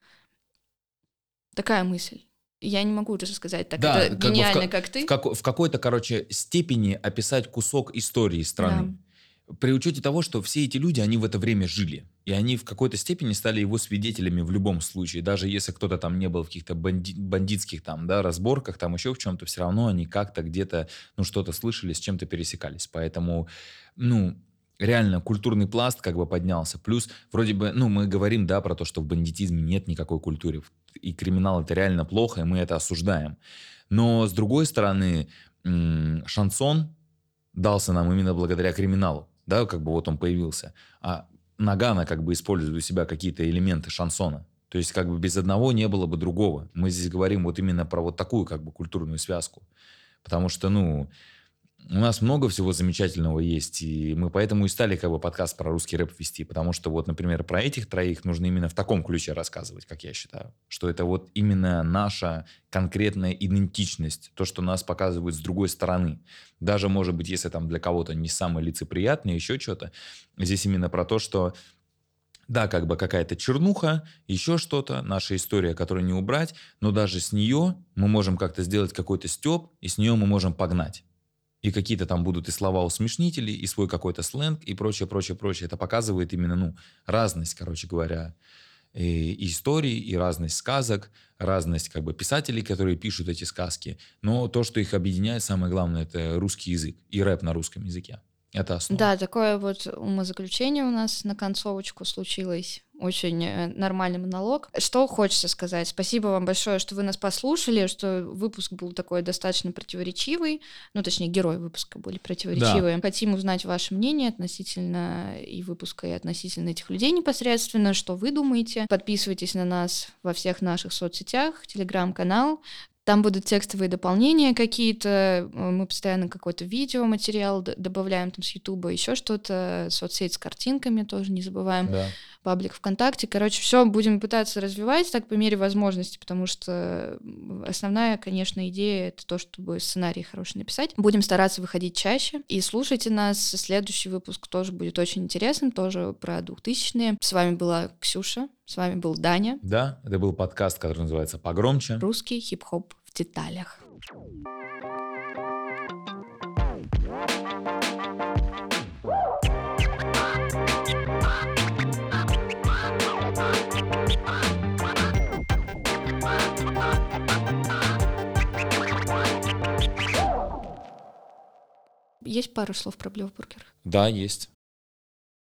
Такая мысль. Я не могу уже сказать так, да, это гениально, как ты. В какой-то, степени описать кусок истории страны. Да. При учете того, что все эти люди, они в это время жили. И они в какой-то степени стали его свидетелями в любом случае. Даже если кто-то там не был в каких-то бандитских там, да, разборках, там еще в чем-то, все равно они как-то где-то, что-то слышали, с чем-то пересекались. Поэтому, реально культурный пласт как бы поднялся. Плюс вроде бы, мы говорим, да, про то, что в бандитизме нет никакой культуры. И криминал — это реально плохо, и мы это осуждаем. Но, с другой стороны, шансон дался нам именно благодаря криминалу. Да, как бы вот он появился. А Нагана как бы использует у себя какие-то элементы шансона. То есть как бы без одного не было бы другого. Мы здесь говорим вот именно про вот такую как бы культурную связку. Потому что, у нас много всего замечательного есть, и мы поэтому и стали как бы подкаст про русский рэп вести, потому что вот, например, про этих троих нужно именно в таком ключе рассказывать, как я считаю, что это вот именно наша конкретная идентичность, то, что нас показывают с другой стороны. Даже, может быть, если там для кого-то не самое лицеприятное, еще что-то, здесь именно про то, что Да, как бы какая-то чернуха, еще что-то, наша история, которую не убрать, но даже с нее мы можем как-то сделать какой-то стёб, и с нее мы можем погнать. И какие-то там будут и слова-усмешнители, и свой какой-то сленг, и прочее, прочее, прочее. Это показывает именно, разность, короче говоря, и историй, и разность сказок, разность как бы писателей, которые пишут эти сказки. Но то, что их объединяет, самое главное, это русский язык и рэп на русском языке. Это основа. Да, такое вот умозаключение у нас на концовочку случилось. Очень нормальный монолог. Что хочется сказать? Спасибо вам большое, что вы нас послушали, что выпуск был такой достаточно противоречивый. Ну, точнее, герои выпуска были противоречивые. Да. Хотим узнать ваше мнение относительно и выпуска, и относительно этих людей непосредственно. Что вы думаете? Подписывайтесь на нас во всех наших соцсетях, телеграм-канал. Там будут текстовые дополнения какие-то, мы постоянно какой-то видеоматериал добавляем там с Ютуба, еще что-то, соцсеть с картинками тоже не забываем, да. Паблик ВКонтакте. Короче, все будем пытаться развивать так по мере возможности, потому что основная, конечно, идея — это то, чтобы сценарий хороший написать. Будем стараться выходить чаще. И слушайте нас. Следующий выпуск тоже будет очень интересным, тоже про 2000-е. С вами была Ксюша, с вами был Даня. Да, это был подкаст, который называется «Погромче». Русский хип-хоп в деталях. Есть пару слов про Блёвбургер? Да, есть.